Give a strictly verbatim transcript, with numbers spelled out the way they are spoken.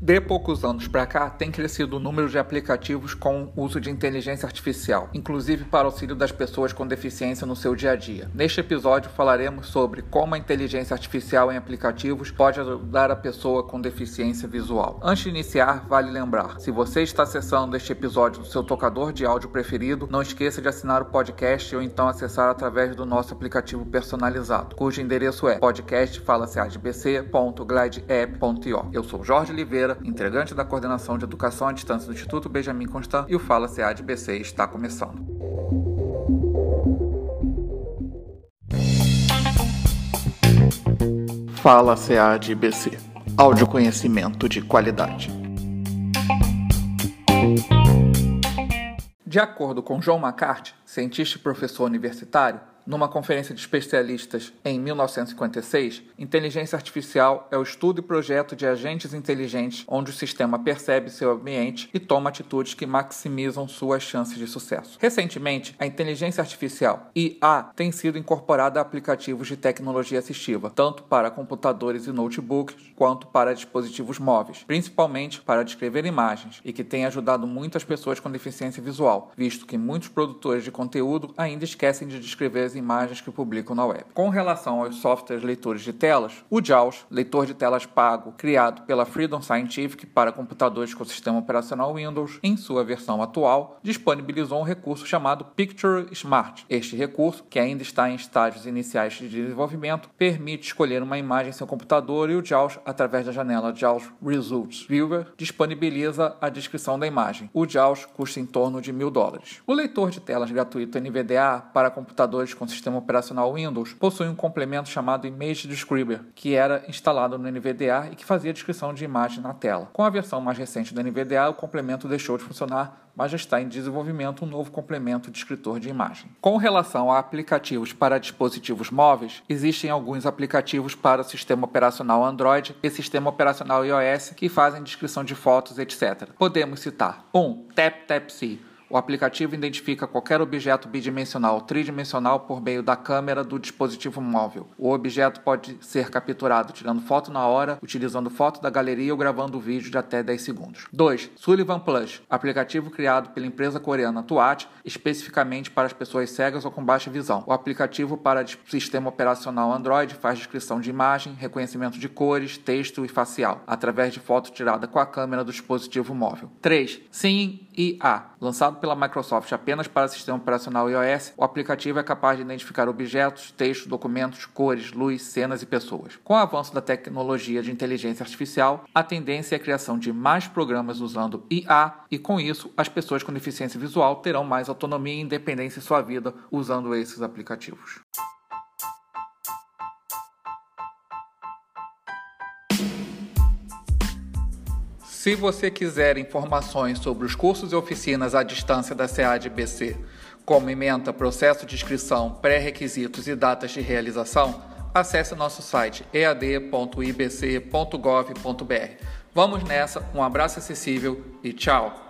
De poucos anos para cá, tem crescido o número de aplicativos com uso de inteligência artificial, inclusive para auxílio das pessoas com deficiência no seu dia a dia. Neste episódio, falaremos sobre como a inteligência artificial em aplicativos pode ajudar a pessoa com deficiência visual. Antes de iniciar, vale lembrar, se você está acessando este episódio no seu tocador de áudio preferido, não esqueça de assinar o podcast ou então acessar através do nosso aplicativo personalizado, cujo endereço é podcast fala c a d b c ponto glide app ponto i o. Eu sou Jorge Oliveira, integrante da Coordenação de Educação à Distância do Instituto Benjamin Constant, e o Fala C A D B C está começando. Fala C A D B C, áudio conhecimento de qualidade. De acordo com John McCarthy, cientista e professor universitário, numa conferência de especialistas em mil novecentos e cinquenta e seis, inteligência artificial é o estudo e projeto de agentes inteligentes onde o sistema percebe seu ambiente e toma atitudes que maximizam suas chances de sucesso. Recentemente, a inteligência artificial, I A, tem sido incorporada a aplicativos de tecnologia assistiva, tanto para computadores e notebooks, quanto para dispositivos móveis, principalmente para descrever imagens, e que tem ajudado muitas pessoas com deficiência visual, visto que muitos produtores de conteúdo ainda esquecem de descrever imagens que publicam na web. Com relação aos softwares leitores de telas, o JAWS, leitor de telas pago, criado pela Freedom Scientific para computadores com sistema operacional Windows, em sua versão atual, disponibilizou um recurso chamado Picture Smart. Este recurso, que ainda está em estágios iniciais de desenvolvimento, permite escolher uma imagem em seu computador e o JAWS, através da janela JAWS Results Viewer, disponibiliza a descrição da imagem. O JAWS custa em torno de mil dólares. O leitor de telas gratuito N V D A para computadores com sistema operacional Windows possui um complemento chamado Image Describer, que era instalado no N V D A e que fazia a descrição de imagem na tela. Com a versão mais recente do N V D A, o complemento deixou de funcionar, mas já está em desenvolvimento um novo complemento de descritor de imagem. Com relação a aplicativos para dispositivos móveis, existem alguns aplicativos para o sistema operacional Android e sistema operacional iOS que fazem descrição de fotos, etcétera. Podemos citar um TapTapSee. O aplicativo identifica qualquer objeto bidimensional ou tridimensional por meio da câmera do dispositivo móvel. O objeto pode ser capturado tirando foto na hora, utilizando foto da galeria ou gravando vídeo de até dez segundos. dois. Sullivan Plus, aplicativo criado pela empresa coreana Tuat, especificamente para as pessoas cegas ou com baixa visão. O aplicativo para sistema operacional Android faz descrição de imagem, reconhecimento de cores, texto e facial, através de foto tirada com a câmera do dispositivo móvel. três. Seeing I A, lançado pela Microsoft apenas para o sistema operacional iOS, o aplicativo é capaz de identificar objetos, textos, documentos, cores, luz, cenas e pessoas. Com o avanço da tecnologia de inteligência artificial, a tendência é a criação de mais programas usando I A e, com isso, as pessoas com deficiência visual terão mais autonomia e independência em sua vida usando esses aplicativos. Se você quiser informações sobre os cursos e oficinas à distância da C A D B C, como ementa, processo de inscrição, pré-requisitos e datas de realização, acesse nosso site e a d ponto i b c ponto gov ponto b r. Vamos nessa, um abraço acessível e tchau!